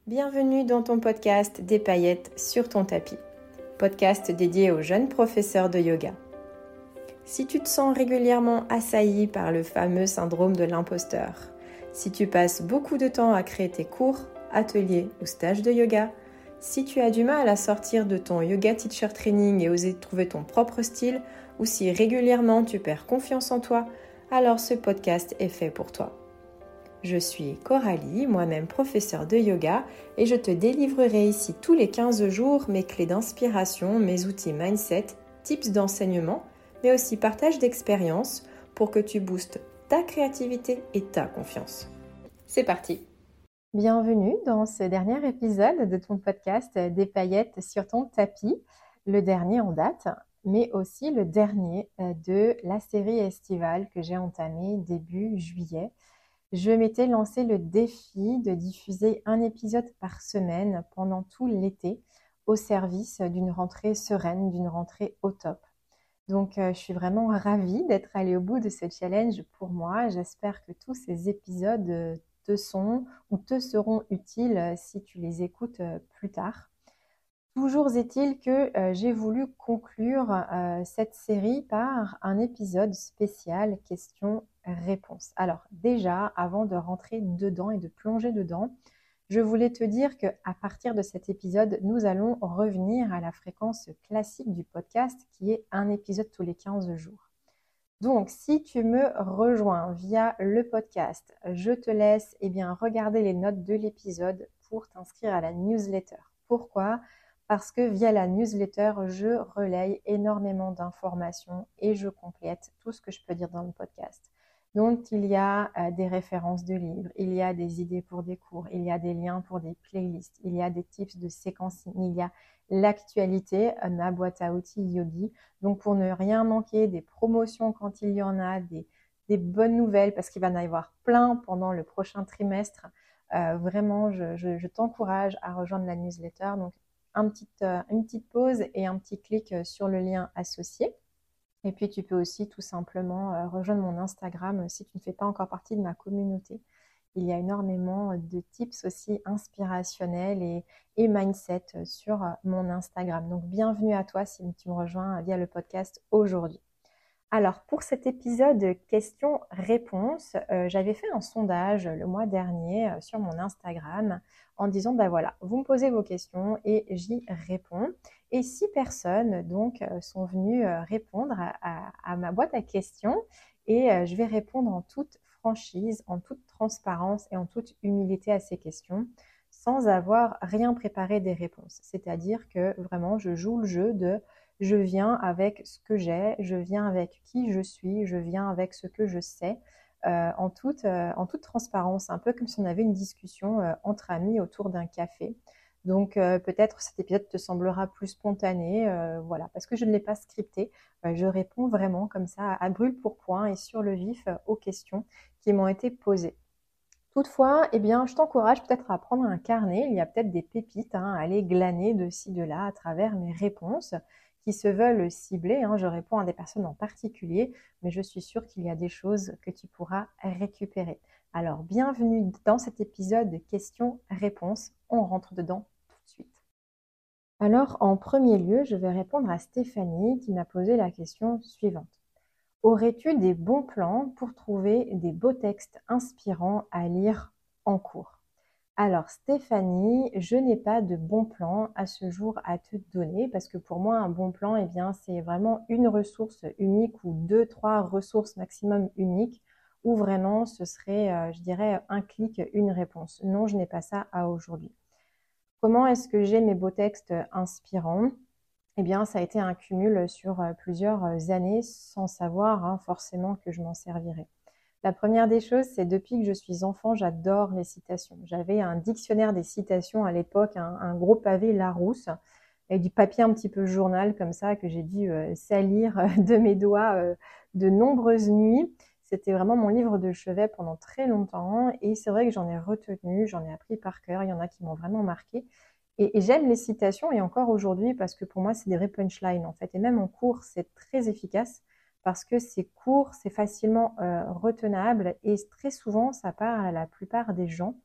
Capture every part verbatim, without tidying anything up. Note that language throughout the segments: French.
Bienvenue dans ton podcast Des paillettes sur ton tapis, podcast dédié aux jeunes professeurs de yoga. Si tu te sens régulièrement assailli par le fameux syndrome de l'imposteur, si tu passes beaucoup de temps à créer tes cours, ateliers ou stages de yoga, si tu as du mal à sortir de ton yoga teacher training et oser trouver ton propre style, ou si régulièrement tu perds confiance en toi, alors ce podcast est fait pour toi. Je suis Coralie, moi-même professeure de yoga, et je te délivrerai ici tous les quinze jours mes clés d'inspiration, mes outils mindset, tips d'enseignement, mais aussi partage d'expériences pour que tu boostes ta créativité et ta confiance. C'est parti! Bienvenue dans ce dernier épisode de ton podcast Des paillettes sur ton tapis, le dernier en date, mais aussi le dernier de la série estivale que j'ai entamée début juillet. Je m'étais lancé le défi de diffuser un épisode par semaine pendant tout l'été au service d'une rentrée sereine, d'une rentrée au top. Donc, euh, je suis vraiment ravie d'être allée au bout de ce challenge pour moi. J'espère que tous ces épisodes te sont ou te seront utiles si tu les écoutes plus tard. Toujours est-il que euh, j'ai voulu conclure euh, cette série par un épisode spécial questions-réponses. Alors déjà, avant de rentrer dedans et de plonger dedans, je voulais te dire qu'à partir de cet épisode, nous allons revenir à la fréquence classique du podcast qui est un épisode tous les quinze jours. Donc, si tu me rejoins via le podcast, je te laisse eh bien, regarder les notes de l'épisode pour t'inscrire à la newsletter. Pourquoi ? Parce que via la newsletter, je relaye énormément d'informations et je complète tout ce que je peux dire dans le podcast. Donc, il y a euh, des références de livres, il y a des idées pour des cours, il y a des liens pour des playlists, il y a des tips de séquencing, il y a l'actualité, euh, ma boîte à outils Yogi. Donc, pour ne rien manquer, des promotions quand il y en a, des, des bonnes nouvelles, parce qu'il va y en avoir plein pendant le prochain trimestre. Euh, vraiment, je, je, je t'encourage à rejoindre la newsletter. Donc, un petit, euh, une petite pause et un petit clic sur le lien associé. Et puis, tu peux aussi tout simplement euh, rejoindre mon Instagram si tu ne fais pas encore partie de ma communauté. Il y a énormément de tips aussi inspirationnels et, et mindset sur mon Instagram. Donc, bienvenue à toi si tu me rejoins via le podcast aujourd'hui. Alors, pour cet épisode questions-réponses, euh, j'avais fait un sondage le mois dernier euh, sur mon Instagram en disant, ben voilà, vous me posez vos questions et j'y réponds. Et six personnes donc euh, sont venues euh, répondre à, à, à ma boîte à questions et euh, je vais répondre en toute franchise, en toute transparence et en toute humilité à ces questions sans avoir rien préparé des réponses. C'est-à-dire que vraiment, je joue le jeu de je viens avec ce que j'ai, je viens avec qui je suis, je viens avec ce que je sais, euh, en, toute, euh, en toute transparence, un peu comme si on avait une discussion euh, entre amis autour d'un café. Donc euh, peut-être cet épisode te semblera plus spontané, euh, voilà, parce que je ne l'ai pas scripté. Euh, je réponds vraiment comme ça à brûle pour point et sur le vif euh, aux questions qui m'ont été posées. Toutefois, eh bien, je t'encourage peut-être à prendre un carnet. Il y a peut-être des pépites hein, à aller glaner de ci, de là à travers mes réponses qui se veulent ciblées. Hein. Je réponds à des personnes en particulier, mais je suis sûre qu'il y a des choses que tu pourras récupérer. Alors, bienvenue dans cet épisode de questions-réponses. On rentre dedans tout de suite. Alors, en premier lieu, je vais répondre à Stéphanie qui m'a posé la question suivante. Aurais-tu des bons plans pour trouver des beaux textes inspirants à lire en cours ? Alors Stéphanie, je n'ai pas de bon plan à ce jour à te donner parce que pour moi un bon plan, eh bien, c'est vraiment une ressource unique ou deux, trois ressources maximum uniques où vraiment ce serait, euh, je dirais, un clic, une réponse. Non, je n'ai pas ça à aujourd'hui. Comment est-ce que j'ai mes beaux textes inspirants ? Eh bien, ça a été un cumul sur plusieurs années sans savoir hein, forcément que je m'en servirais. La première des choses, c'est depuis que je suis enfant, j'adore les citations. J'avais un dictionnaire des citations à l'époque, un, un gros pavé Larousse, et du papier un petit peu journal comme ça que j'ai dû euh, salir de mes doigts euh, de nombreuses nuits. C'était vraiment mon livre de chevet pendant très longtemps et c'est vrai que j'en ai retenu, j'en ai appris par cœur. Il y en a qui m'ont vraiment marqué. Et, et j'aime les citations et encore aujourd'hui parce que pour moi, c'est des vraies punchlines en fait. Et même en cours, c'est très efficace parce que c'est court, c'est facilement euh, retenable et très souvent, ça parle à la plupart des gens.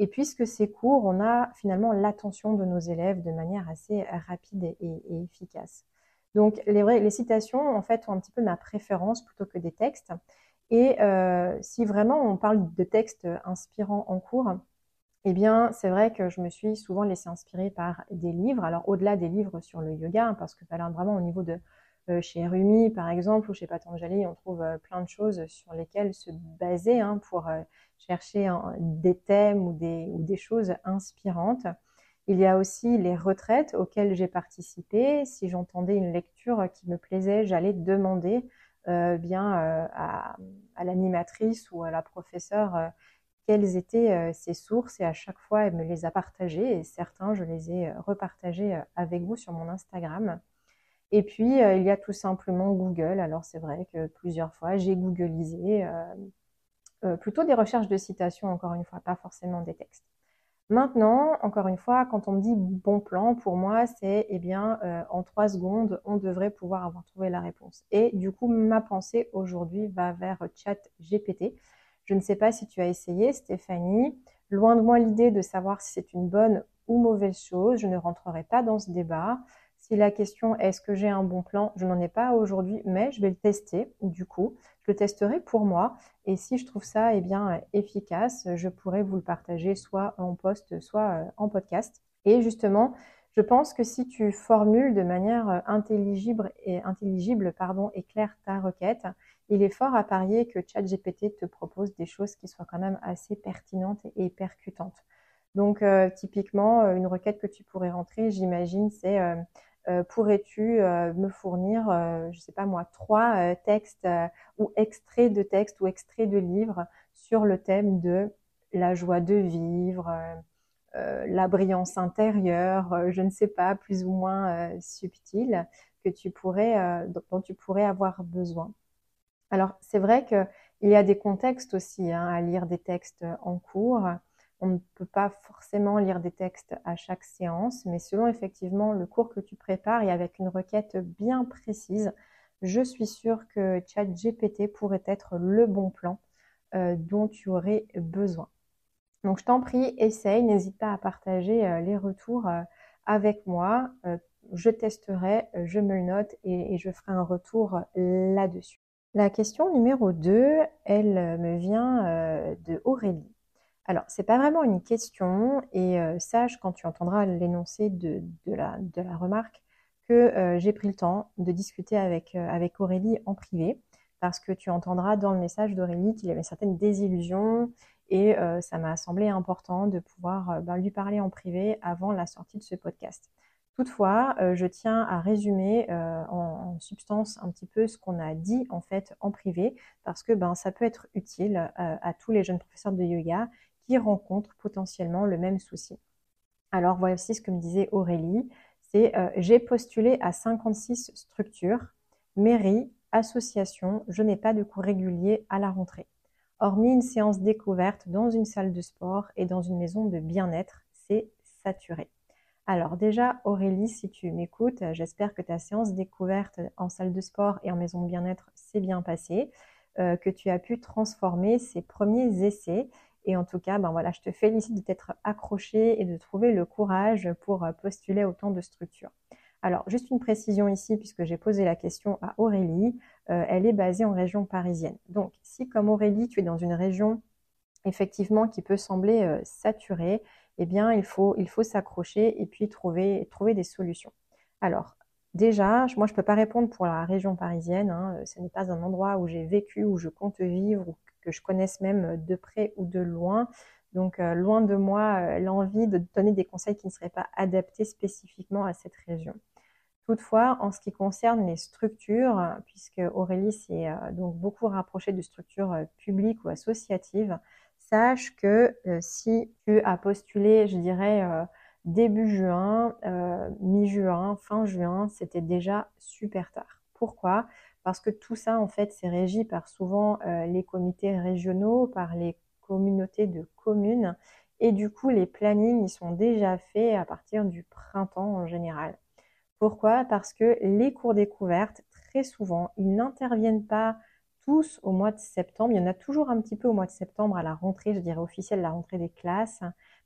Et puisque c'est court, on a finalement l'attention de nos élèves de manière assez rapide et, et efficace. Donc les, les citations, en fait, ont un petit peu ma préférence plutôt que des textes. Et euh, si vraiment on parle de textes inspirants en cours, eh bien, c'est vrai que je me suis souvent laissée inspirer par des livres. Alors, au-delà des livres sur le yoga, hein, parce que voilà, vraiment au niveau de euh, chez Rumi, par exemple, ou chez Patanjali, on trouve euh, plein de choses sur lesquelles se baser hein, pour euh, chercher hein, des thèmes ou des, ou des choses inspirantes. Il y a aussi les retraites auxquelles j'ai participé. Si j'entendais une lecture qui me plaisait, j'allais demander euh, bien euh, à, à l'animatrice ou à la professeure euh, quelles étaient euh, ces sources, et à chaque fois elle me les a partagées, et certains je les ai euh, repartagés euh, avec vous sur mon Instagram. Et puis euh, il y a tout simplement Google. Alors c'est vrai que plusieurs fois j'ai googlisé euh, euh, plutôt des recherches de citations, encore une fois, pas forcément des textes. Maintenant, encore une fois, quand on me dit bon plan, pour moi, c'est eh bien, euh, en trois secondes, on devrait pouvoir avoir trouvé la réponse. Et du coup, ma pensée aujourd'hui va vers ChatGPT. Je ne sais pas si tu as essayé, Stéphanie. Loin de moi l'idée de savoir si c'est une bonne ou mauvaise chose. Je ne rentrerai pas dans ce débat. Si la question est est-ce que j'ai un bon plan, je n'en ai pas aujourd'hui, mais je vais le tester. Du coup, je le testerai pour moi. Et si je trouve ça eh bien, efficace, je pourrais vous le partager soit en post, soit en podcast. Et justement, je pense que si tu formules de manière intelligible et, intelligible, pardon, et claire ta requête, il est fort à parier que ChatGPT te propose des choses qui soient quand même assez pertinentes et percutantes. Donc, euh, typiquement, une requête que tu pourrais rentrer, j'imagine, c'est euh, euh, pourrais-tu euh, me fournir, euh, je ne sais pas moi, trois euh, textes euh, ou extraits de textes ou extraits de livres sur le thème de la joie de vivre, euh, euh, la brillance intérieure, euh, je ne sais pas, plus ou moins euh, subtil, que tu pourrais, euh, dont tu pourrais avoir besoin. Alors, c'est vrai qu'il y a des contextes aussi hein, à lire des textes en cours. On ne peut pas forcément lire des textes à chaque séance, mais selon effectivement le cours que tu prépares et avec une requête bien précise, je suis sûre que ChatGPT pourrait être le bon plan euh, dont tu aurais besoin. Donc, je t'en prie, essaye, n'hésite pas à partager euh, les retours euh, avec moi. Euh, je testerai, je me le note et, et je ferai un retour euh, là-dessus. La question numéro deux, elle me vient euh, de Aurélie. Alors, c'est pas vraiment une question, et euh, sache quand tu entendras l'énoncé de, de, la, de la remarque que euh, j'ai pris le temps de discuter avec, euh, avec Aurélie en privé, parce que tu entendras dans le message d'Aurélie qu'il y avait certaines désillusions, et euh, ça m'a semblé important de pouvoir euh, ben, lui parler en privé avant la sortie de ce podcast. Toutefois, euh, je tiens à résumer euh, en, en substance un petit peu ce qu'on a dit en fait en privé, parce que ben, ça peut être utile euh, à tous les jeunes professeurs de yoga qui rencontrent potentiellement le même souci. Alors voici ce que me disait Aurélie, c'est euh, j'ai postulé à cinquante-six structures, mairies, associations, je n'ai pas de cours réguliers à la rentrée. Hormis une séance découverte dans une salle de sport et dans une maison de bien-être, c'est saturé. Alors déjà, Aurélie, si tu m'écoutes, j'espère que ta séance découverte en salle de sport et en maison de bien-être s'est bien passée, euh, que tu as pu transformer ces premiers essais. Et en tout cas, ben voilà, je te félicite de t'être accrochée et de trouver le courage pour postuler autant de structures. Alors, juste une précision ici, puisque j'ai posé la question à Aurélie, euh, elle est basée en région parisienne. Donc, si comme Aurélie, tu es dans une région effectivement qui peut sembler euh, saturée, eh bien, il faut, il faut s'accrocher et puis trouver, trouver des solutions. Alors, déjà, moi, je ne peux pas répondre pour la région parisienne. Hein, ce n'est pas un endroit où j'ai vécu, où je compte vivre, ou que je connaisse même de près ou de loin. Donc, euh, loin de moi euh, l'envie de donner des conseils qui ne seraient pas adaptés spécifiquement à cette région. Toutefois, en ce qui concerne les structures, puisque Aurélie s'est euh, donc beaucoup rapprochée de structures euh, publiques ou associatives, sache que euh, si tu as postulé, je dirais, euh, début juin, euh, mi-juin, fin juin, c'était déjà super tard. Pourquoi? Parce que tout ça, en fait, c'est régi par souvent euh, les comités régionaux, par les communautés de communes, et du coup, les plannings, ils sont déjà faits à partir du printemps en général. Pourquoi? Parce que les cours découvertes, très souvent, ils n'interviennent pas tous au mois de septembre. Il y en a toujours un petit peu au mois de septembre à la rentrée, je dirais officielle, la rentrée des classes.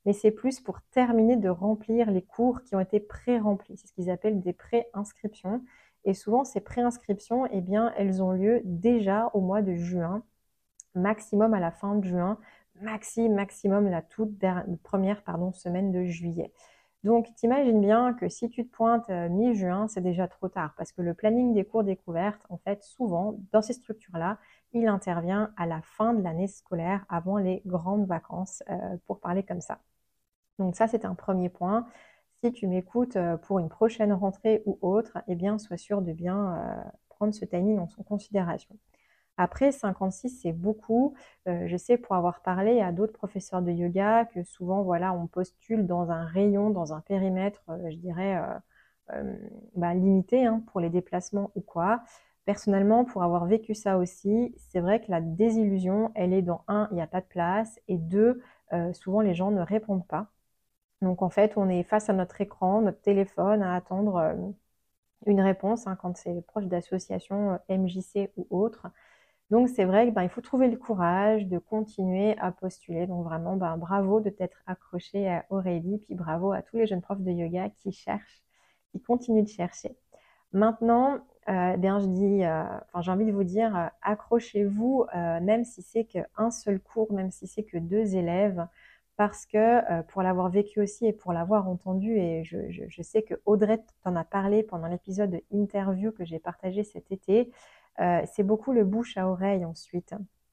mais c'est plus pour terminer de remplir les cours qui ont été pré-remplis. C'est ce qu'ils appellent des pré-inscriptions. Et souvent, ces pré-inscriptions, eh bien, elles ont lieu déjà au mois de juin, maximum à la fin de juin, maxi, maximum la toute dernière, première pardon, semaine de juillet. Donc, t'imagines bien que si tu te pointes euh, mi-juin, c'est déjà trop tard parce que le planning des cours découvertes, en fait, souvent, dans ces structures-là, il intervient à la fin de l'année scolaire, avant les grandes vacances, euh, pour parler comme ça. Donc ça, c'est un premier point. Si tu m'écoutes euh, pour une prochaine rentrée ou autre, eh bien, sois sûr de bien euh, prendre ce timing en considération. Après, cinquante-six, c'est beaucoup. Euh, je sais pour avoir parlé à d'autres professeurs de yoga que souvent, voilà, on postule dans un rayon, dans un périmètre, euh, je dirais, euh, euh, bah, limité hein, pour les déplacements ou quoi. Personnellement, pour avoir vécu ça aussi, c'est vrai que la désillusion, elle est dans un, il n'y a pas de place, et deux, euh, souvent les gens ne répondent pas. Donc en fait, on est face à notre écran, notre téléphone, à attendre euh, une réponse hein, quand c'est proche d'associations euh, M J C ou autres. Donc c'est vrai qu'il ben, faut trouver le courage de continuer à postuler. Donc vraiment, ben, bravo de t'être accroché à Aurélie, puis bravo à tous les jeunes profs de yoga qui cherchent, qui continuent de chercher. Maintenant, euh, bien je dis, euh, enfin j'ai envie de vous dire, euh, accrochez-vous, euh, même si c'est qu'un seul cours, même si c'est que deux élèves, parce que euh, pour l'avoir vécu aussi et pour l'avoir entendu, et je, je, je sais que Audrey t'en a parlé pendant l'épisode de interview que j'ai partagé cet été, euh, c'est beaucoup le bouche à oreille ensuite.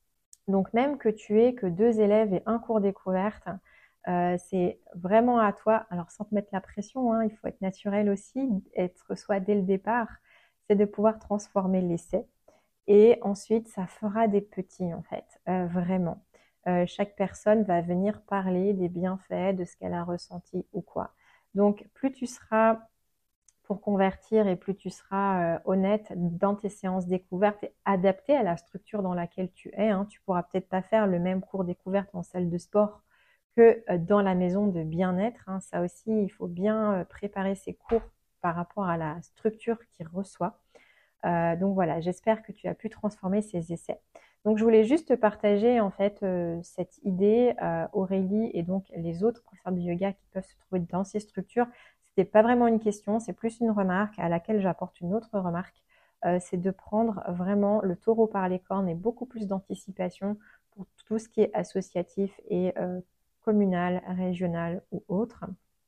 Donc même que tu aies que deux élèves et un cours découverte, euh, c'est vraiment à toi, alors sans te mettre la pression, hein, il faut être naturel aussi, être soi dès le départ, c'est de pouvoir transformer l'essai. Et ensuite, ça fera des petits en fait, euh, vraiment. Euh, chaque personne va venir parler des bienfaits, de ce qu'elle a ressenti ou quoi. Donc plus tu seras pour convertir et plus tu seras euh, honnête dans tes séances découvertes et adapté à la structure dans laquelle tu es. Hein. Tu pourras peut-être pas faire le même cours découverte en salle de sport que euh, dans la maison de bien-être. Hein. Ça aussi, il faut bien euh, préparer ses cours par rapport à la structure qu'il reçoit. Euh, donc voilà, j'espère que tu as pu transformer ces essais. Donc je voulais juste te partager en fait euh, cette idée, euh, Aurélie et donc les autres professeurs de yoga qui peuvent se trouver dans ces structures. C'était pas vraiment une question, c'est plus une remarque à laquelle j'apporte une autre remarque. Euh, c'est de prendre vraiment le taureau par les cornes et beaucoup plus d'anticipation pour tout ce qui est associatif et euh, communal, régional ou autre.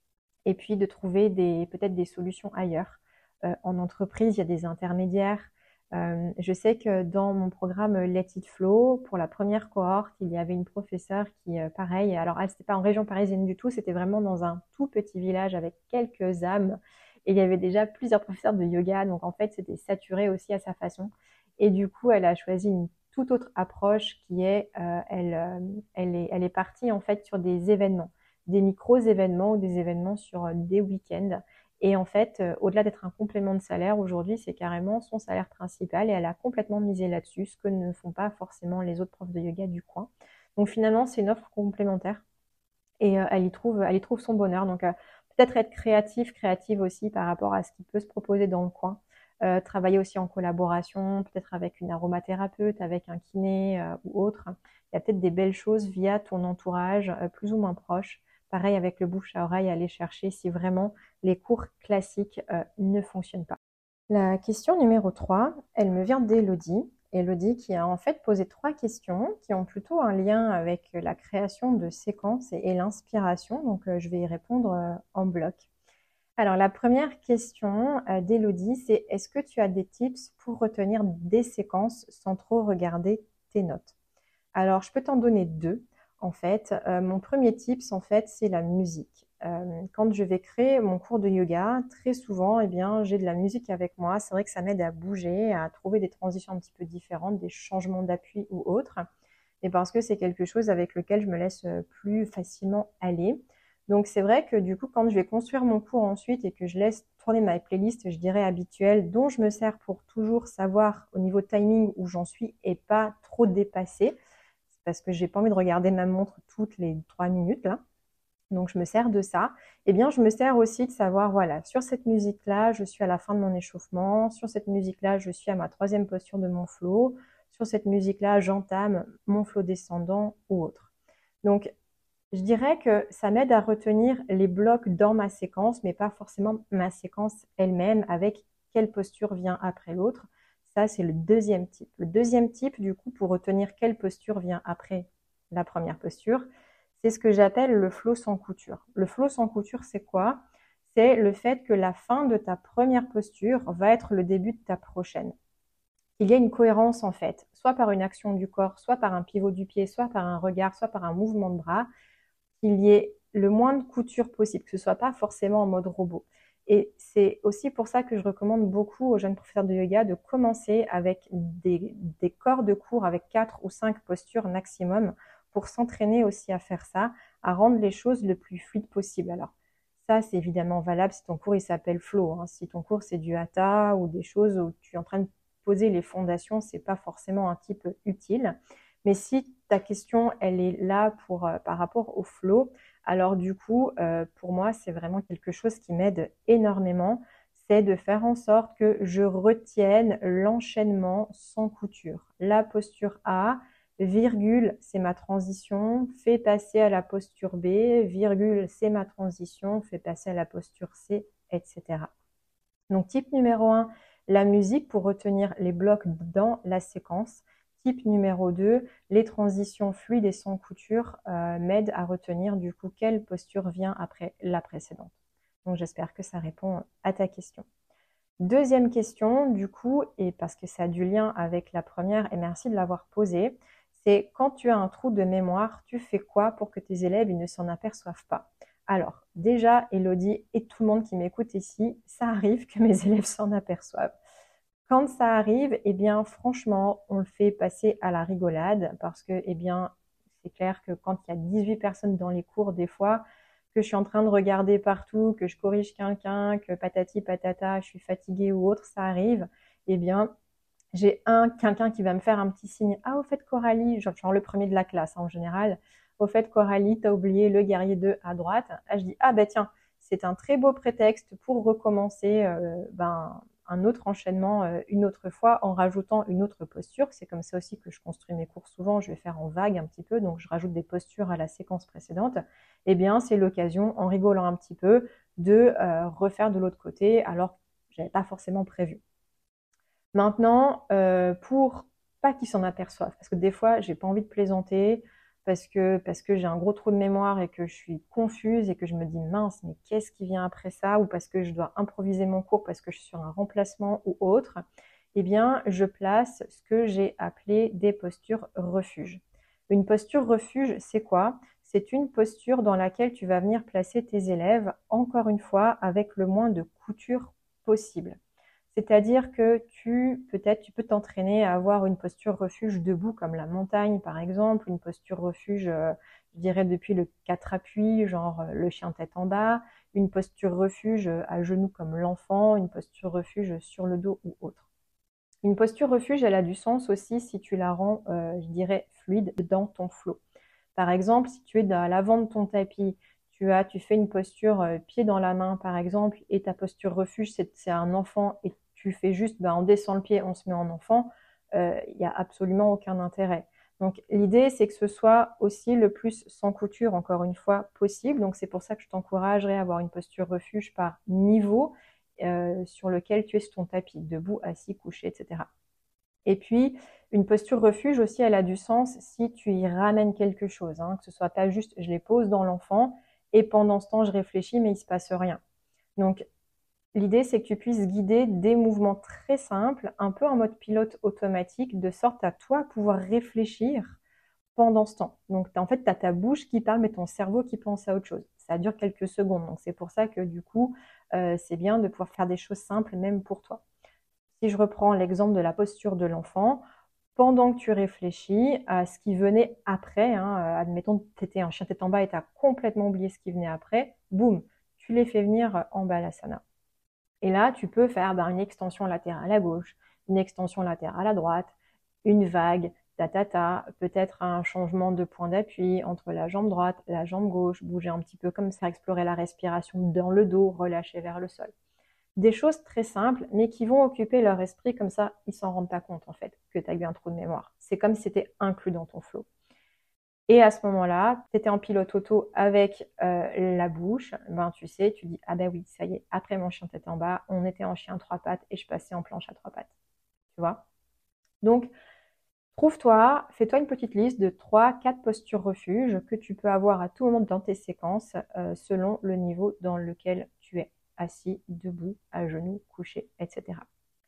Et puis de trouver des, peut-être des solutions ailleurs. Euh, en entreprise, il y a des intermédiaires. Euh, je sais que dans mon programme Let It Flow, pour la première cohorte, il y avait une professeure qui, euh, pareil, alors elle n'était pas en région parisienne du tout, c'était vraiment dans un tout petit village avec quelques âmes. Et il y avait déjà plusieurs professeurs de yoga, donc en fait, c'était saturé aussi à sa façon. Et du coup, elle a choisi une toute autre approche qui est, euh, elle, euh, elle est, elle est partie en fait sur des événements, des micros-événements ou des événements sur des week-ends. Et en fait, euh, au-delà d'être un complément de salaire, aujourd'hui, c'est carrément son salaire principal et elle a complètement misé là-dessus, ce que ne font pas forcément les autres profs de yoga du coin. Donc finalement, c'est une offre complémentaire et euh, elle y trouve, elle y trouve son bonheur. Donc euh, peut-être être créatif, créative aussi par rapport à ce qui peut se proposer dans le coin. Euh, travailler aussi en collaboration, peut-être avec une aromathérapeute, avec un kiné euh, ou autre. Il y a peut-être des belles choses via ton entourage euh, plus ou moins proche. Pareil avec le bouche à oreille, aller chercher si vraiment les cours classiques euh, ne fonctionnent pas. La question numéro trois, elle me vient d'Elodie. Elodie qui a en fait posé trois questions qui ont plutôt un lien avec la création de séquences et, et l'inspiration. Donc euh, je vais y répondre euh, en bloc. Alors la première question euh, d'Elodie, c'est est-ce que tu as des tips pour retenir des séquences sans trop regarder tes notes? Alors je peux t'en donner deux. En fait, euh, mon premier tips, en fait, c'est la musique. Euh, quand je vais créer mon cours de yoga, très souvent, eh bien, j'ai de la musique avec moi. C'est vrai que ça m'aide à bouger, à trouver des transitions un petit peu différentes, des changements d'appui ou autres. Et parce que c'est quelque chose avec lequel je me laisse plus facilement aller. Donc c'est vrai que du coup, quand je vais construire mon cours ensuite et que je laisse tourner ma playlist, je dirais habituelle, dont je me sers pour toujours savoir au niveau timing où j'en suis et pas trop dépasser, parce que j'ai pas envie de regarder ma montre toutes les trois minutes là. Donc je me sers de ça. Eh bien, je me sers aussi de savoir, voilà, sur cette musique-là, je suis à la fin de mon échauffement. Sur cette musique-là, je suis à ma troisième posture de mon flow. Sur cette musique-là, j'entame mon flow descendant ou autre. Donc, Je dirais que ça m'aide à retenir les blocs dans ma séquence, mais pas forcément ma séquence elle-même avec quelle posture vient après l'autre. Ça, c'est le deuxième type. Le deuxième type, du coup, pour retenir quelle posture vient après la première posture, c'est ce que j'appelle le flow sans couture. Le flow sans couture, c'est quoi? C'est le fait que la fin de ta première posture va être le début de ta prochaine. Il y a une cohérence en fait, soit par une action du corps, soit par un pivot du pied, soit par un regard, soit par un mouvement de bras, qu'il y ait le moins de couture possible, que ce ne soit pas forcément en mode robot. Et c'est aussi pour ça que je recommande beaucoup aux jeunes professeurs de yoga de commencer avec des, des corps de cours avec quatre ou cinq postures maximum pour s'entraîner aussi à faire ça, à rendre les choses le plus fluide possible. Alors, ça, c'est évidemment valable si ton cours il s'appelle flow. Hein. Si ton cours c'est du hatha ou des choses où tu es en train de poser les fondations, c'est pas forcément un type utile. Mais si ta question, elle est là pour, euh, par rapport au flow, alors du coup, euh, pour moi, c'est vraiment quelque chose qui m'aide énormément. C'est de faire en sorte que je retienne l'enchaînement sans couture. La posture A, virgule, c'est ma transition, fais passer à la posture B, virgule, c'est ma transition, fais passer à la posture C, et cetera. Donc, type numéro un, la musique pour retenir les blocs dans la séquence. Type numéro deux, les transitions fluides et sans couture euh, m'aident à retenir du coup quelle posture vient après la précédente. Donc, j'espère que ça répond à ta question. Deuxième question, du coup, et parce que ça a du lien avec la première, et merci de l'avoir posée, c'est quand tu as un trou de mémoire, tu fais quoi pour que tes élèves ils ne s'en aperçoivent pas? Alors, déjà, Elodie et tout le monde qui m'écoute ici, ça arrive que mes élèves s'en aperçoivent. Quand ça arrive, eh bien, franchement, on le fait passer à la rigolade parce que, eh bien, c'est clair que quand il y a dix-huit personnes dans les cours, des fois, que je suis en train de regarder partout, que je corrige quelqu'un, que patati patata, je suis fatiguée ou autre, ça arrive, eh bien, j'ai un quelqu'un qui va me faire un petit signe. Ah, au fait, Coralie, genre, genre le premier de la classe hein, en général, au fait, Coralie, t'as oublié le guerrier deux à droite. Là, je dis, ah ben tiens, c'est un très beau prétexte pour recommencer euh, ben, un autre enchaînement euh, une autre fois en rajoutant une autre posture. C'est comme ça aussi que je construis mes cours souvent. Je vais faire en vague un petit peu, donc je rajoute des postures à la séquence précédente. Eh bien, c'est l'occasion, en rigolant un petit peu, de euh, refaire de l'autre côté alors que je n'avais pas forcément prévu. Maintenant, euh, pour pas qu'ils s'en aperçoivent, parce que des fois, j'ai pas envie de plaisanter, parce que, parce que j'ai un gros trou de mémoire et que je suis confuse et que je me dis mince, mais qu'est-ce qui vient après ça, ou parce que je dois improviser mon cours parce que je suis sur un remplacement ou autre, eh bien, je place ce que j'ai appelé des postures refuge. Une posture refuge, c'est quoi? C'est une posture dans laquelle tu vas venir placer tes élèves, encore une fois, avec le moins de couture possible. C'est-à-dire que tu, peut-être, tu peux t'entraîner à avoir une posture refuge debout comme la montagne, par exemple, une posture refuge, euh, je dirais, depuis le quatre appuis, genre euh, le chien tête en bas, une posture refuge euh, à genoux comme l'enfant, une posture refuge sur le dos ou autre. Une posture refuge, elle a du sens aussi si tu la rends, euh, je dirais, fluide dans ton flow. Par exemple, si tu es à l'avant de ton tapis, tu as, tu fais une posture euh, pied dans la main, par exemple, et ta posture refuge, c'est un enfant, et tu fais juste, ben, on descend le pied, on se met en enfant, euh, il n'y a absolument aucun intérêt. Donc, l'idée, c'est que ce soit aussi le plus sans couture, encore une fois, possible. Donc, c'est pour ça que je t'encouragerais à avoir une posture refuge par niveau euh, sur lequel tu es sur ton tapis, debout, assis, couché, et cetera. Et puis, une posture refuge aussi, elle a du sens si tu y ramènes quelque chose, hein, que ce soit pas juste je les pose dans l'enfant et pendant ce temps je réfléchis mais il se passe rien. Donc, l'idée c'est que tu puisses guider des mouvements très simples, un peu en mode pilote automatique, de sorte à toi pouvoir réfléchir pendant ce temps. Donc, en fait, tu as ta bouche qui parle mais ton cerveau qui pense à autre chose. Ça dure quelques secondes, donc c'est pour ça que du coup, euh, c'est bien de pouvoir faire des choses simples même pour toi. Si je reprends l'exemple de la posture de l'enfant, pendant que tu réfléchis à ce qui venait après, hein, admettons que tu étais un chien tête en bas et tu as complètement oublié ce qui venait après, boum, tu les fais venir en balasana. Et là, tu peux faire ben, une extension latérale à gauche, une extension latérale à droite, une vague, ta ta ta, peut-être un changement de point d'appui entre la jambe droite, la jambe gauche, bouger un petit peu comme ça, explorer la respiration dans le dos, relâcher vers le sol. Des choses très simples, mais qui vont occuper leur esprit, comme ça, ils s'en rendent pas compte, en fait, que tu as eu un trou de mémoire. C'est comme si c'était inclus dans ton flow. Et à ce moment-là, tu étais en pilote auto avec euh, la bouche, ben tu sais, tu dis, ah ben oui, ça y est, après mon chien tête en bas, on était en chien trois pattes et je passais en planche à trois pattes. Tu vois? Donc, trouve-toi, fais-toi une petite liste de trois quatre postures refuge que tu peux avoir à tout moment dans tes séquences euh, selon le niveau dans lequel tu es, assis, debout, à genoux, couché, et cetera.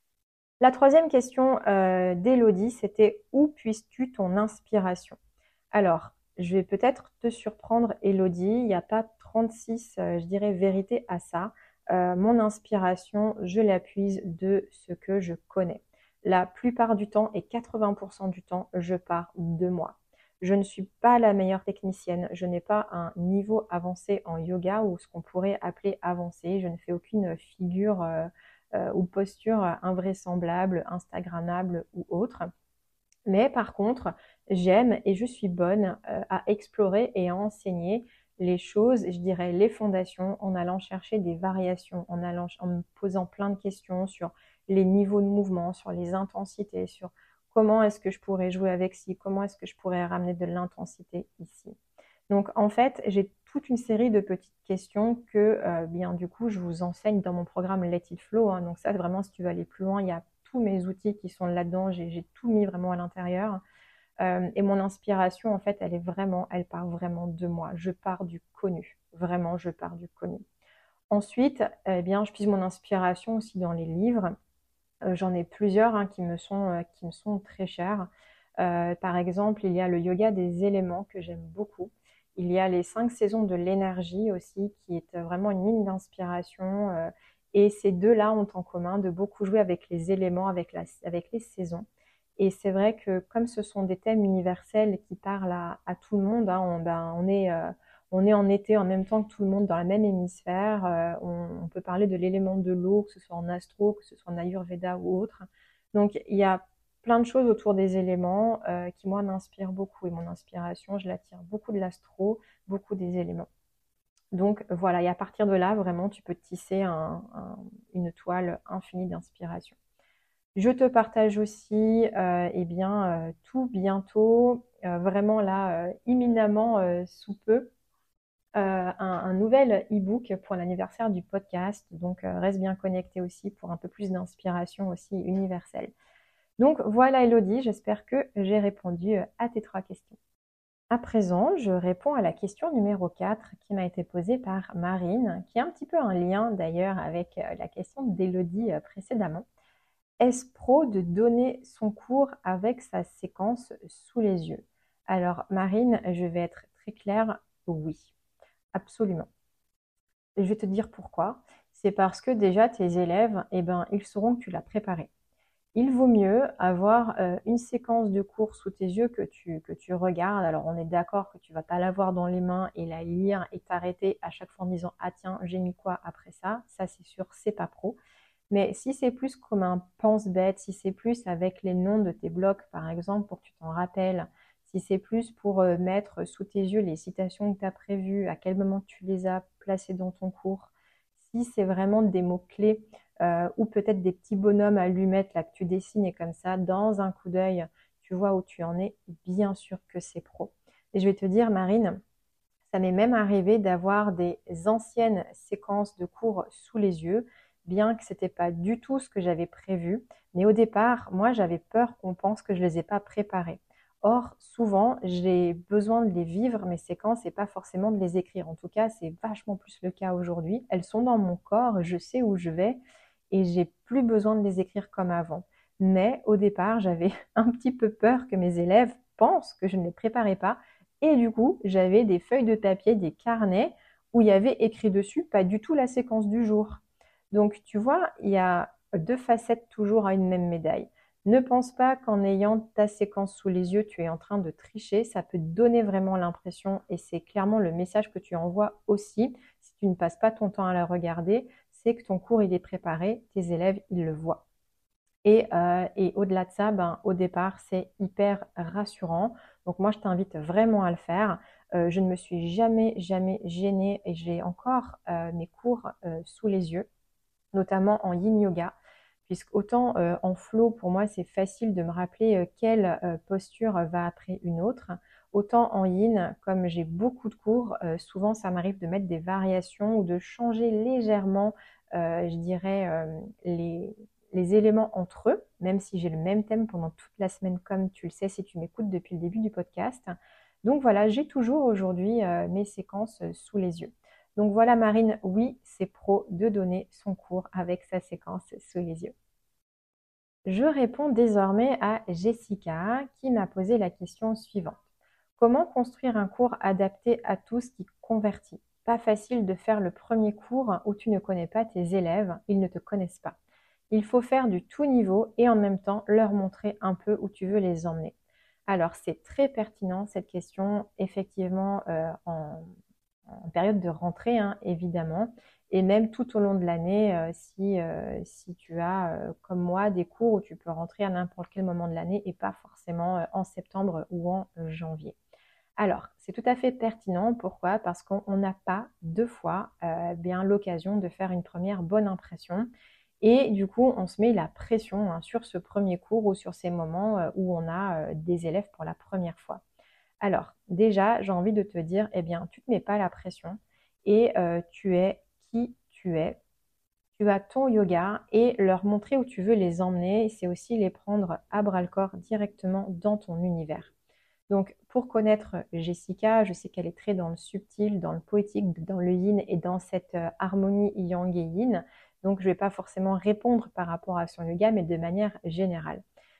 La troisième question euh, d'Élodie, c'était où puisses-tu ton inspiration? Alors, je vais peut-être te surprendre, Élodie, il n'y a pas trente-six, euh, je dirais, vérités à ça. Euh, mon inspiration, je l'appuie de ce que je connais. La plupart du temps et quatre-vingts pour cent du temps, je pars de moi. Je ne suis pas la meilleure technicienne, je n'ai pas un niveau avancé en yoga ou ce qu'on pourrait appeler avancé. Je ne fais aucune figure euh, euh, ou posture invraisemblable, instagrammable ou autre. Mais par contre, j'aime et je suis bonne euh, à explorer et à enseigner les choses, je dirais les fondations, en allant chercher des variations, en allant, en me posant plein de questions sur les niveaux de mouvement, sur les intensités, sur comment est-ce que je pourrais jouer avec ci, comment est-ce que je pourrais ramener de l'intensité ici. Donc en fait, j'ai toute une série de petites questions que euh, bien du coup je vous enseigne dans mon programme Let It Flow. Hein. Donc ça vraiment, si tu veux aller plus loin, il y a tous mes outils qui sont là-dedans. J'ai tout mis vraiment à l'intérieur. Euh, et mon inspiration, en fait, elle est vraiment, elle part vraiment de moi. Je pars du connu. Vraiment, je pars du connu. Ensuite, eh bien, je puise mon inspiration aussi dans les livres. Euh, J'en ai plusieurs hein, qui me sont, euh, qui me sont très chers. Euh, par exemple, il y a le yoga des éléments que j'aime beaucoup. Il y a les cinq saisons de l'énergie aussi, qui est vraiment une mine d'inspiration. Euh, et ces deux-là ont en commun de beaucoup jouer avec les éléments, avec, la, avec les saisons. Et c'est vrai que comme ce sont des thèmes universels qui parlent à, à tout le monde, hein, on, ben, on est... Euh, on est en été en même temps que tout le monde dans le même hémisphère. Euh, on, on peut parler de l'élément de l'eau, que ce soit en astro, que ce soit en Ayurveda ou autre. Donc, il y a plein de choses autour des éléments euh, qui, moi, m'inspirent beaucoup. Et mon inspiration, je l'attire beaucoup de l'astro, beaucoup des éléments. Donc, voilà. Et à partir de là, vraiment, tu peux tisser un, un, une toile infinie d'inspiration. Je te partage aussi euh, eh bien, euh, tout bientôt, euh, vraiment là, euh, imminemment euh, sous peu, euh, un, un nouvel e-book pour l'anniversaire du podcast. Donc, euh, reste bien connecté aussi pour un peu plus d'inspiration aussi universelle. Donc, voilà Elodie, j'espère que j'ai répondu à tes trois questions. À présent, je réponds à la question numéro quatre qui m'a été posée par Marine, qui a un petit peu un lien d'ailleurs avec la question d'Elodie précédemment. Est-ce pro de donner son cours avec sa séquence sous les yeux? Alors, Marine, je vais être très claire, oui. Absolument. Et je vais te dire pourquoi. C'est parce que déjà, tes élèves, eh ben, ils sauront que tu l'as préparé. Il vaut mieux avoir euh, une séquence de cours sous tes yeux que tu, que tu regardes. Alors, on est d'accord que tu vas pas l'avoir dans les mains et la lire et t'arrêter à chaque fois en disant « Ah tiens, j'ai mis quoi après ça ?» Ça, c'est sûr, c'est pas pro. Mais si c'est plus comme un pense-bête, si c'est plus avec les noms de tes blocs, par exemple, pour que tu t'en rappelles, si c'est plus pour euh, mettre sous tes yeux les citations que tu as prévues, à quel moment tu les as placées dans ton cours, si c'est vraiment des mots-clés euh, ou peut-être des petits bonhommes allumettes là, que tu dessines et comme ça, dans un coup d'œil, tu vois où tu en es, bien sûr que c'est pro. Et je vais te dire, Marine, ça m'est même arrivé d'avoir des anciennes séquences de cours sous les yeux, bien que ce n'était pas du tout ce que j'avais prévu. Mais au départ, moi, j'avais peur qu'on pense que je ne les ai pas préparées. Or, souvent, j'ai besoin de les vivre, mes séquences, et pas forcément de les écrire. En tout cas, c'est vachement plus le cas aujourd'hui. Elles sont dans mon corps, je sais où je vais, et j'ai plus besoin de les écrire comme avant. Mais au départ, j'avais un petit peu peur que mes élèves pensent que je ne les préparais pas. Et du coup, j'avais des feuilles de papier, des carnets, où il y avait écrit dessus pas du tout la séquence du jour. Donc, tu vois, il y a deux facettes toujours à une même médaille. Ne pense pas qu'en ayant ta séquence sous les yeux, tu es en train de tricher. Ça peut te donner vraiment l'impression, et c'est clairement le message que tu envoies aussi, si tu ne passes pas ton temps à la regarder, c'est que ton cours, il est préparé, tes élèves, ils le voient. Et, euh, et au-delà de ça, ben, au départ, c'est hyper rassurant. Donc moi, je t'invite vraiment à le faire. Euh, je ne me suis jamais, jamais gênée et j'ai encore euh, mes cours euh, sous les yeux, notamment en yin yoga, puisque autant euh, en flow, pour moi, c'est facile de me rappeler euh, quelle euh, posture va après une autre. autant en yin, comme j'ai beaucoup de cours, euh, souvent ça m'arrive de mettre des variations ou de changer légèrement, euh, je dirais, euh, les, les éléments entre eux, même si j'ai le même thème pendant toute la semaine, comme tu le sais si tu m'écoutes depuis le début du podcast. Donc voilà, j'ai toujours aujourd'hui euh, mes séquences euh, sous les yeux. Donc voilà Marine, oui, c'est pro de donner son cours avec sa séquence sous les yeux. Je réponds désormais à Jessica qui m'a posé la question suivante. Comment construire un cours adapté à tous qui convertit? Pas facile de faire le premier cours où tu ne connais pas tes élèves, ils ne te connaissent pas. Il faut faire du tout niveau et en même temps leur montrer un peu où tu veux les emmener. Alors c'est très pertinent cette question, effectivement euh, en, en période de rentrée hein, évidemment, et même tout au long de l'année euh, si, euh, si tu as euh, comme moi des cours où tu peux rentrer à n'importe quel moment de l'année et pas forcément euh, en septembre ou en euh, janvier. Alors, c'est tout à fait pertinent. Pourquoi? Parce qu'on n'a pas deux fois euh, bien l'occasion de faire une première bonne impression. Et du coup, on se met la pression hein, sur ce premier cours ou sur ces moments euh, où on a euh, des élèves pour la première fois. Alors, déjà, j'ai envie de te dire, eh bien, tu ne te mets pas la pression et euh, tu es qui tu es. Tu as ton yoga et leur montrer où tu veux les emmener. C'est aussi les prendre à bras-le-corps directement dans ton univers. Donc, pour connaître Jessica, je sais qu'elle est très dans le subtil, dans le poétique, dans le yin et dans cette euh, harmonie yang et yin. Donc, je ne vais pas forcément répondre par rapport à son yoga, mais de manière générale.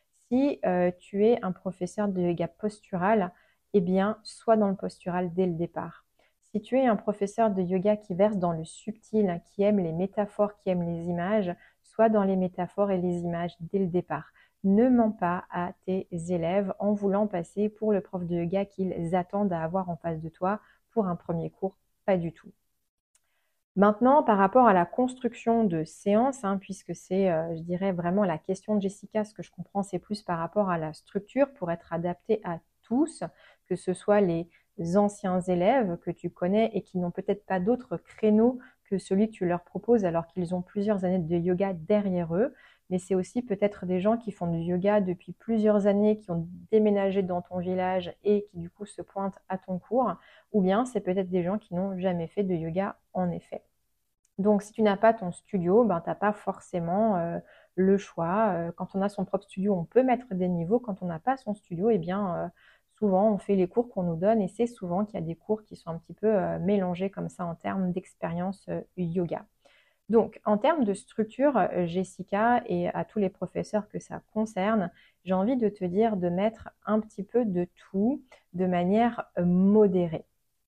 Si euh, tu es un professeur de yoga postural, eh bien, sois dans le postural dès le départ. Si tu es un professeur de yoga qui verse dans le subtil, qui aime les métaphores, qui aime les images, sois dans les métaphores et les images dès le départ. Ne mens pas à tes élèves en voulant passer pour le prof de yoga qu'ils attendent à avoir en face de toi pour un premier cours, pas du tout. Maintenant, par rapport à la construction de séances, hein, puisque c'est, euh, je dirais, vraiment la question de Jessica, ce que je comprends, c'est plus par rapport à la structure pour être adapté à tous, que ce soit les anciens élèves que tu connais et qui n'ont peut-être pas d'autres créneaux que celui que tu leur proposes alors qu'ils ont plusieurs années de yoga derrière eux. Mais c'est aussi peut-être des gens qui font du yoga depuis plusieurs années, qui ont déménagé dans ton village et qui du coup se pointent à ton cours, ou bien c'est peut-être des gens qui n'ont jamais fait de yoga en effet. Donc, si tu n'as pas ton studio, ben, tu n'as pas forcément euh, le choix. Euh, quand on a son propre studio, on peut mettre des niveaux. Quand on n'a pas son studio, eh bien, euh, souvent, on fait les cours qu'on nous donne et c'est souvent qu'il y a des cours qui sont un petit peu euh, mélangés comme ça en termes d'expérience euh, yoga. Donc, en termes de structure, euh, Jessica, et à tous les professeurs que ça concerne, j'ai envie de te dire de mettre un petit peu de tout de manière euh, modérée.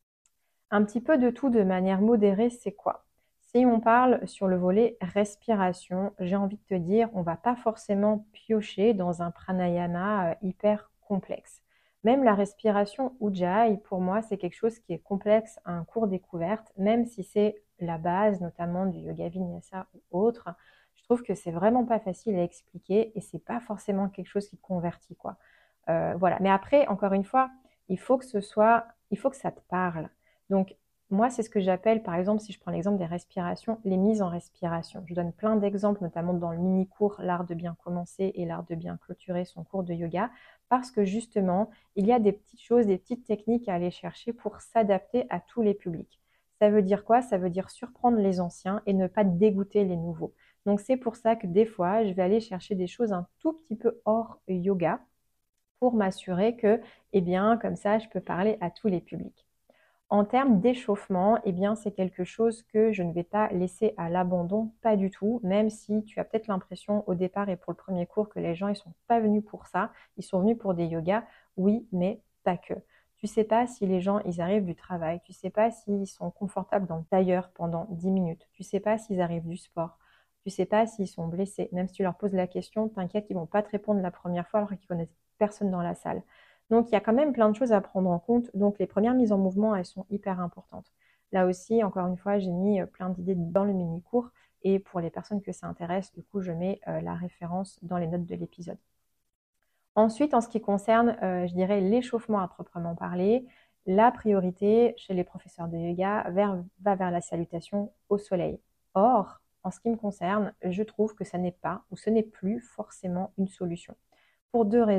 Un petit peu de tout de manière modérée, c'est quoi? Si on parle sur le volet respiration, j'ai envie de te dire, on ne va pas forcément piocher dans un pranayama euh, hyper complexe. Même la respiration Ujjayi, pour moi, c'est quelque chose qui est complexe à un cours découverte, même si c'est la base, notamment du yoga vinyasa ou autre. Je trouve que c'est vraiment pas facile à expliquer et c'est pas forcément quelque chose qui convertit, quoi. Euh, voilà. Mais après, encore une fois, il faut que ce soit, il faut que ça te parle. Donc, moi, c'est ce que j'appelle, par exemple, si je prends l'exemple des respirations, les mises en respiration. Je donne plein d'exemples, notamment dans le mini-cours L'art de bien commencer et l'art de bien clôturer son cours de yoga, parce que justement, il y a des petites choses, des petites techniques à aller chercher pour s'adapter à tous les publics. Ça veut dire quoi? Ça veut dire surprendre les anciens et ne pas dégoûter les nouveaux. Donc, c'est pour ça que des fois, je vais aller chercher des choses un tout petit peu hors yoga pour m'assurer que, eh bien, comme ça, je peux parler à tous les publics. En termes d'échauffement, eh bien, c'est quelque chose que je ne vais pas laisser à l'abandon, pas du tout, même si tu as peut-être l'impression au départ et pour le premier cours que les gens ne sont pas venus pour ça, ils sont venus pour des yogas, oui, mais pas que. Tu ne sais pas si les gens, ils arrivent du travail, tu ne sais pas s'ils sont confortables dans le tailleur pendant dix minutes, tu ne sais pas s'ils arrivent du sport, tu ne sais pas s'ils sont blessés. Même si tu leur poses la question, t'inquiète, ils ne vont pas te répondre la première fois alors qu'ils connaissent personne dans la salle. Donc, il y a quand même plein de choses à prendre en compte. Donc, les premières mises en mouvement, elles sont hyper importantes. Là aussi, encore une fois, j'ai mis plein d'idées dans le mini-cours. Et pour les personnes que ça intéresse, du coup, je mets euh, la référence dans les notes de l'épisode. Ensuite, en ce qui concerne, euh, je dirais, l'échauffement à proprement parler, la priorité chez les professeurs de yoga vers, va vers la salutation au soleil. Or, en ce qui me concerne, je trouve que ça n'est pas ou ce n'est plus forcément une solution. Pour deux raisons.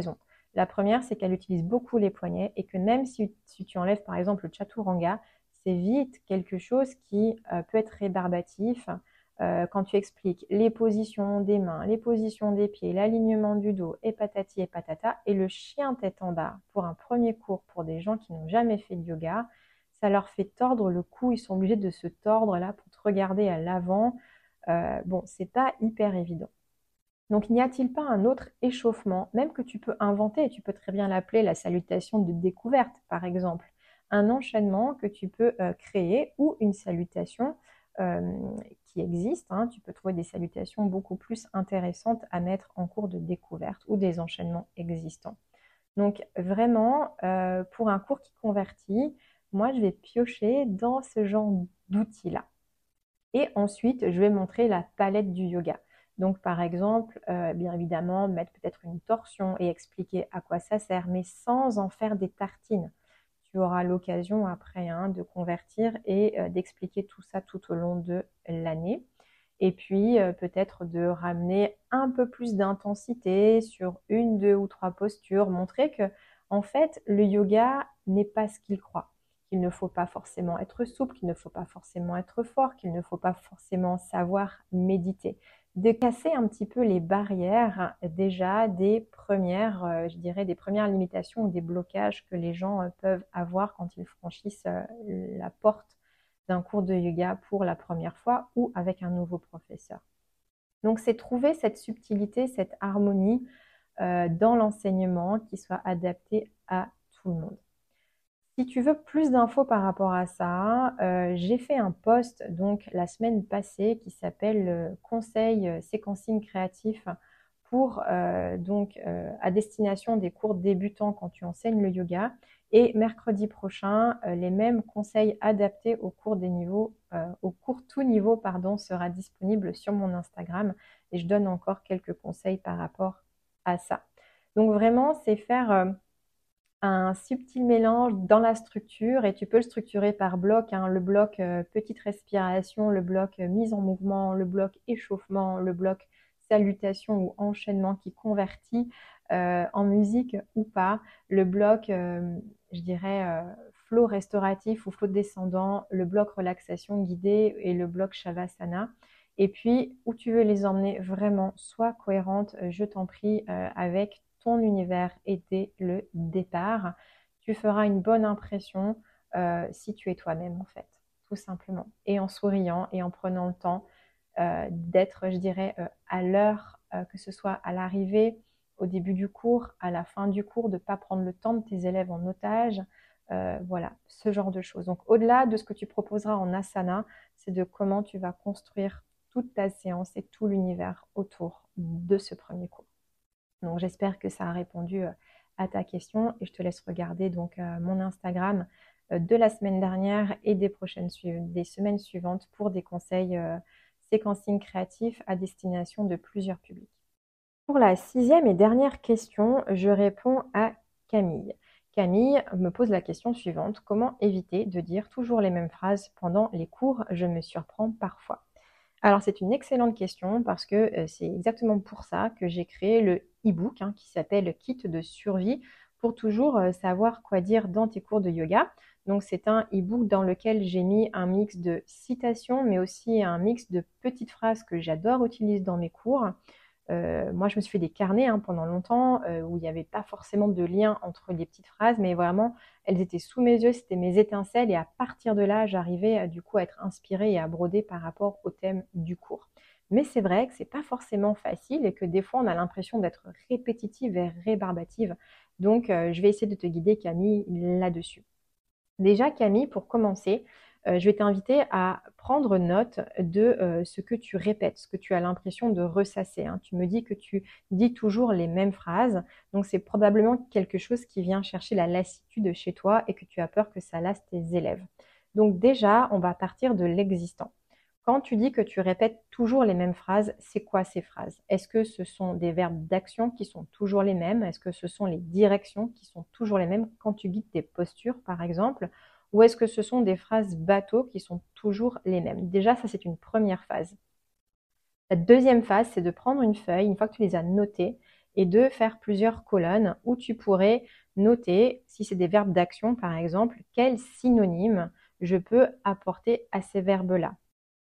La première, c'est qu'elle utilise beaucoup les poignets et que même si, si tu enlèves par exemple le chaturanga, c'est vite quelque chose qui euh, peut être rébarbatif euh, quand tu expliques les positions des mains, les positions des pieds, l'alignement du dos et patati et patata. Et le chien tête en bas, pour un premier cours pour des gens qui n'ont jamais fait de yoga, ça leur fait tordre le cou, ils sont obligés de se tordre là pour te regarder à l'avant. Euh, bon, c'est pas hyper évident. Donc, n'y a-t-il pas un autre échauffement, même que tu peux inventer, et tu peux très bien l'appeler la salutation de découverte, par exemple, un enchaînement que tu peux euh, créer ou une salutation euh, qui existe, hein. Tu peux trouver des salutations beaucoup plus intéressantes à mettre en cours de découverte ou des enchaînements existants. Donc, vraiment, euh, pour un cours qui convertit, moi, je vais piocher dans ce genre d'outils-là. Et ensuite, je vais montrer la palette du yoga. Donc, par exemple, euh, bien évidemment, mettre peut-être une torsion et expliquer à quoi ça sert, mais sans en faire des tartines. Tu auras l'occasion après hein, de convertir et euh, d'expliquer tout ça tout au long de l'année. Et puis, euh, peut-être de ramener un peu plus d'intensité sur une, deux ou trois postures, montrer que, en fait, le yoga n'est pas ce qu'il croit. Qu'il ne faut pas forcément être souple, qu'il ne faut pas forcément être fort, qu'il ne faut pas forcément savoir méditer. De casser un petit peu les barrières déjà des premières, euh, je dirais, des premières limitations ou des blocages que les gens euh, peuvent avoir quand ils franchissent euh, la porte d'un cours de yoga pour la première fois ou avec un nouveau professeur. Donc, c'est trouver cette subtilité, cette harmonie euh, dans l'enseignement qui soit adapté à tout le monde. Si tu veux plus d'infos par rapport à ça, euh, j'ai fait un post donc la semaine passée qui s'appelle euh, Conseil euh, séquencing créatif pour euh, donc euh, à destination des cours débutants quand tu enseignes le yoga. Et mercredi prochain, euh, les mêmes conseils adaptés aux cours des niveaux, euh, au cours tout niveau, pardon, sera disponible sur mon Instagram et je donne encore quelques conseils par rapport à ça. Donc vraiment, c'est faire euh, un subtil mélange dans la structure et tu peux le structurer par bloc, hein, le bloc euh, petite respiration, le bloc euh, mise en mouvement, le bloc échauffement, le bloc salutation ou enchaînement qui convertit euh, en musique ou pas, le bloc, euh, je dirais, euh, flow restauratif ou flow descendant, le bloc relaxation guidée et le bloc shavasana. Et puis, où tu veux les emmener vraiment, sois cohérente, je t'en prie, euh, avec ton univers et dès le départ. Tu feras une bonne impression euh, si tu es toi-même en fait, tout simplement. Et en souriant et en prenant le temps euh, d'être, je dirais, euh, à l'heure, euh, que ce soit à l'arrivée, au début du cours, à la fin du cours, de ne pas prendre le temps de tes élèves en otage. Euh, voilà, ce genre de choses. Donc au-delà de ce que tu proposeras en asana, c'est de comment tu vas construire toute ta séance et tout l'univers autour de ce premier cours. Donc j'espère que ça a répondu à ta question et je te laisse regarder donc euh, mon Instagram euh, de la semaine dernière et des prochaines des semaines suivantes pour des conseils euh, séquencing créatif à destination de plusieurs publics. Pour la sixième et dernière question, je réponds à Camille. Camille me pose la question suivante: comment éviter de dire toujours les mêmes phrases pendant les cours? Je me surprends parfois. Alors, c'est une excellente question parce que euh, c'est exactement pour ça que j'ai créé le e-book hein, qui s'appelle Kit de survie pour toujours euh, savoir quoi dire dans tes cours de yoga. Donc, c'est un e-book dans lequel j'ai mis un mix de citations, mais aussi un mix de petites phrases que j'adore utiliser dans mes cours. Euh, moi, je me suis fait des carnets hein, pendant longtemps euh, où il n'y avait pas forcément de lien entre les petites phrases, mais vraiment, elles étaient sous mes yeux, c'était mes étincelles et à partir de là, j'arrivais du coup à être inspirée et à broder par rapport au thème du cours. Mais c'est vrai que c'est pas forcément facile et que des fois, on a l'impression d'être répétitive et rébarbative. Donc, euh, je vais essayer de te guider, Camille, là-dessus. Déjà, Camille, pour commencer, euh, je vais t'inviter à prendre note de euh, ce que tu répètes, ce que tu as l'impression de ressasser, hein. Tu me dis que tu dis toujours les mêmes phrases, donc c'est probablement quelque chose qui vient chercher la lassitude chez toi et que tu as peur que ça lasse tes élèves. Donc déjà, on va partir de l'existant. Quand tu dis que tu répètes toujours les mêmes phrases, c'est quoi ces phrases? Est-ce que ce sont des verbes d'action qui sont toujours les mêmes? Est-ce que ce sont les directions qui sont toujours les mêmes quand tu guides tes postures, par exemple? Ou est-ce que ce sont des phrases bateaux qui sont toujours les mêmes? Déjà, ça, c'est une première phase. La deuxième phase, c'est de prendre une feuille, une fois que tu les as notées, et de faire plusieurs colonnes où tu pourrais noter, si c'est des verbes d'action par exemple, quel synonyme je peux apporter à ces verbes-là.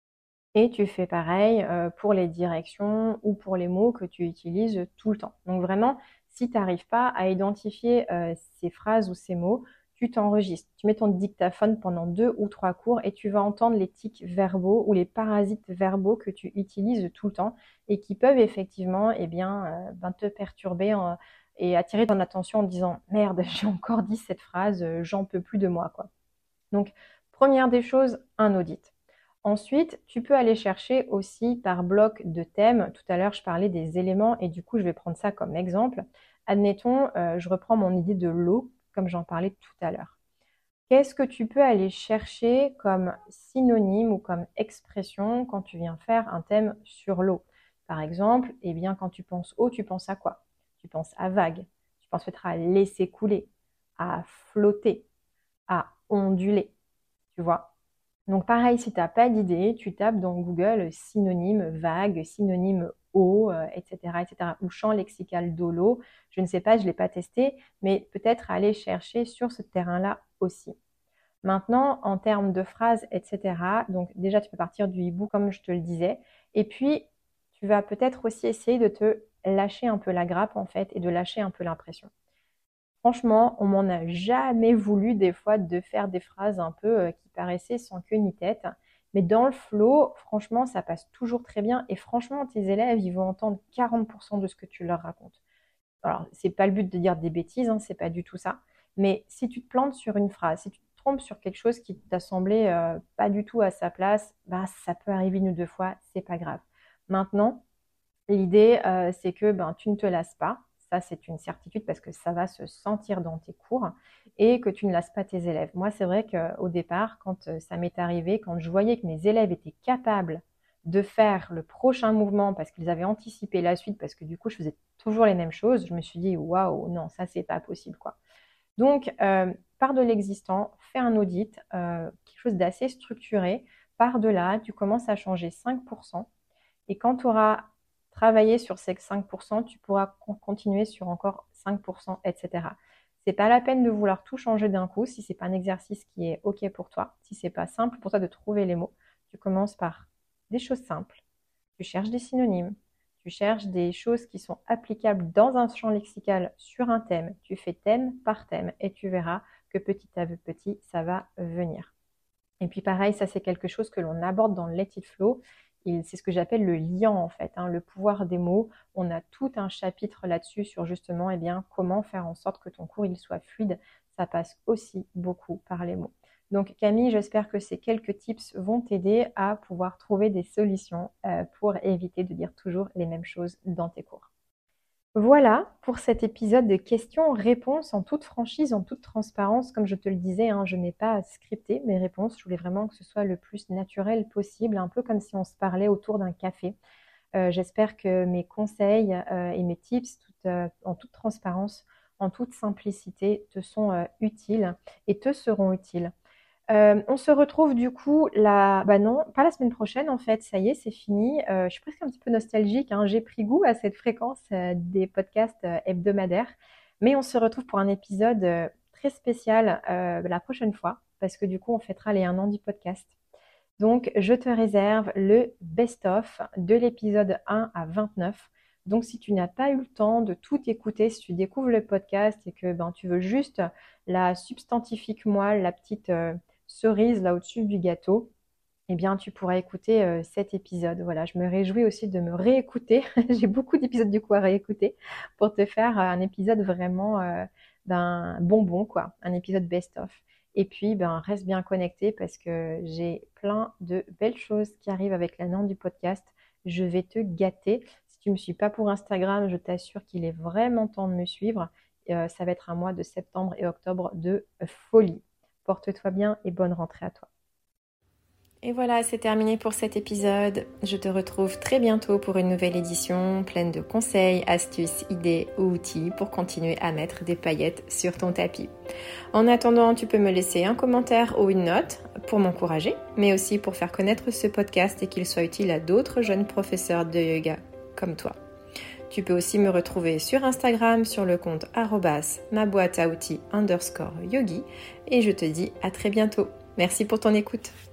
Et tu fais pareil euh, pour les directions ou pour les mots que tu utilises tout le temps. Donc vraiment, si tu n'arrives pas à identifier euh, ces phrases ou ces mots, tu t'enregistres. Tu mets ton dictaphone pendant deux ou trois cours et tu vas entendre les tics verbaux ou les parasites verbaux que tu utilises tout le temps et qui peuvent effectivement eh bien, euh, ben, te perturber euh, et attirer ton attention en disant « Merde, j'ai encore dit cette phrase, euh, j'en peux plus de moi. » quoi. Donc, première des choses, un audit. Ensuite, tu peux aller chercher aussi par bloc de thèmes. Tout à l'heure, je parlais des éléments et du coup, je vais prendre ça comme exemple. Admettons, euh, je reprends mon idée de l'eau, comme j'en parlais tout à l'heure. Qu'est-ce que tu peux aller chercher comme synonyme ou comme expression quand tu viens faire un thème sur l'eau? Par exemple, eh bien, quand tu penses eau, tu penses à quoi? Tu penses à vague, tu penses peut-être à laisser couler, à flotter, à onduler, tu vois? Donc pareil, si tu n'as pas d'idée, tu tapes dans Google synonyme vague, synonyme eau, euh, et cetera, et cetera. Ou champ lexical de l'eau. Je ne sais pas, je ne l'ai pas testé, mais peut-être aller chercher sur ce terrain-là aussi. Maintenant, en termes de phrases, et cetera, donc déjà tu peux partir du hibou comme je te le disais. Et puis, tu vas peut-être aussi essayer de te lâcher un peu la grappe en fait et de lâcher un peu l'impression. Franchement, on m'en a jamais voulu des fois de faire des phrases un peu euh, qui paraissaient sans queue ni tête. Mais dans le flow, franchement, ça passe toujours très bien. Et franchement, tes élèves, ils vont entendre quarante pour cent de ce que tu leur racontes. Alors, c'est pas le but de dire des bêtises, hein, c'est pas du tout ça. Mais si tu te plantes sur une phrase, si tu te trompes sur quelque chose qui t'a semblé euh, pas du tout à sa place, bah, ça peut arriver une ou deux fois, c'est pas grave. Maintenant, l'idée, euh, c'est que ben, tu ne te lasses pas. Ça, c'est une certitude parce que ça va se sentir dans tes cours et que tu ne lasses pas tes élèves. Moi, c'est vrai qu'au départ, quand ça m'est arrivé, quand je voyais que mes élèves étaient capables de faire le prochain mouvement parce qu'ils avaient anticipé la suite, parce que du coup, je faisais toujours les mêmes choses, je me suis dit, waouh, non, ça, c'est pas possible, quoi. Donc, euh, pars de l'existant, fais un audit, euh, quelque chose d'assez structuré. Par de là, tu commences à changer cinq pour cent et quand tu auras travailler sur ces cinq pour cent, tu pourras continuer sur encore cinq pour cent, et cetera. C'est pas la peine de vouloir tout changer d'un coup si c'est pas un exercice qui est OK pour toi, si c'est pas simple pour toi de trouver les mots. Tu commences par des choses simples. Tu cherches des synonymes. Tu cherches des choses qui sont applicables dans un champ lexical sur un thème. Tu fais thème par thème et tu verras que petit à petit, ça va venir. Et puis pareil, ça c'est quelque chose que l'on aborde dans le Let It Flow. C'est ce que j'appelle le liant en fait, hein, le pouvoir des mots. On a tout un chapitre là-dessus sur justement eh bien, comment faire en sorte que ton cours il soit fluide. Ça passe aussi beaucoup par les mots. Donc Camille, j'espère que ces quelques tips vont t'aider à pouvoir trouver des solutions euh, pour éviter de dire toujours les mêmes choses dans tes cours. Voilà pour cet épisode de questions-réponses en toute franchise, en toute transparence. Comme je te le disais, hein, je n'ai pas scripté mes réponses. Je voulais vraiment que ce soit le plus naturel possible, un peu comme si on se parlait autour d'un café. Euh, j'espère que mes conseils euh, et mes tips, tout, euh, en toute transparence, en toute simplicité, te sont euh, utiles et te seront utiles. Euh, on se retrouve du coup la... Bah non, pas la semaine prochaine en fait, ça y est, c'est fini. Euh, je suis presque un petit peu nostalgique, hein. J'ai pris goût à cette fréquence euh, des podcasts euh, hebdomadaires. Mais on se retrouve pour un épisode euh, très spécial euh, la prochaine fois, parce que du coup on fêtera les un an du podcast. Donc je te réserve le best-of de l'épisode un à vingt-neuf. Donc si tu n'as pas eu le temps de tout écouter, si tu découvres le podcast et que ben, tu veux juste la substantifique moelle, la petite... Euh, cerise là au-dessus du gâteau, eh bien tu pourras écouter euh, cet épisode. Voilà, je me réjouis aussi de me réécouter. J'ai beaucoup d'épisodes du coup à réécouter pour te faire euh, un épisode vraiment euh, d'un bonbon, quoi, un épisode best-of. Et puis, ben, reste bien connecté parce que j'ai plein de belles choses qui arrivent avec l'annonce du podcast. Je vais te gâter. Si tu ne me suis pas pour Instagram, je t'assure qu'il est vraiment temps de me suivre. Euh, ça va être un mois de septembre et octobre de folie. Porte-toi bien et bonne rentrée à toi. Et voilà, c'est terminé pour cet épisode. Je te retrouve très bientôt pour une nouvelle édition pleine de conseils, astuces, idées ou outils pour continuer à mettre des paillettes sur ton tapis. En attendant, tu peux me laisser un commentaire ou une note pour m'encourager, mais aussi pour faire connaître ce podcast et qu'il soit utile à d'autres jeunes professeurs de yoga comme toi. Tu peux aussi me retrouver sur Instagram sur le compte arobase ma boîte à outils underscore yogi et je te dis à très bientôt. Merci pour ton écoute.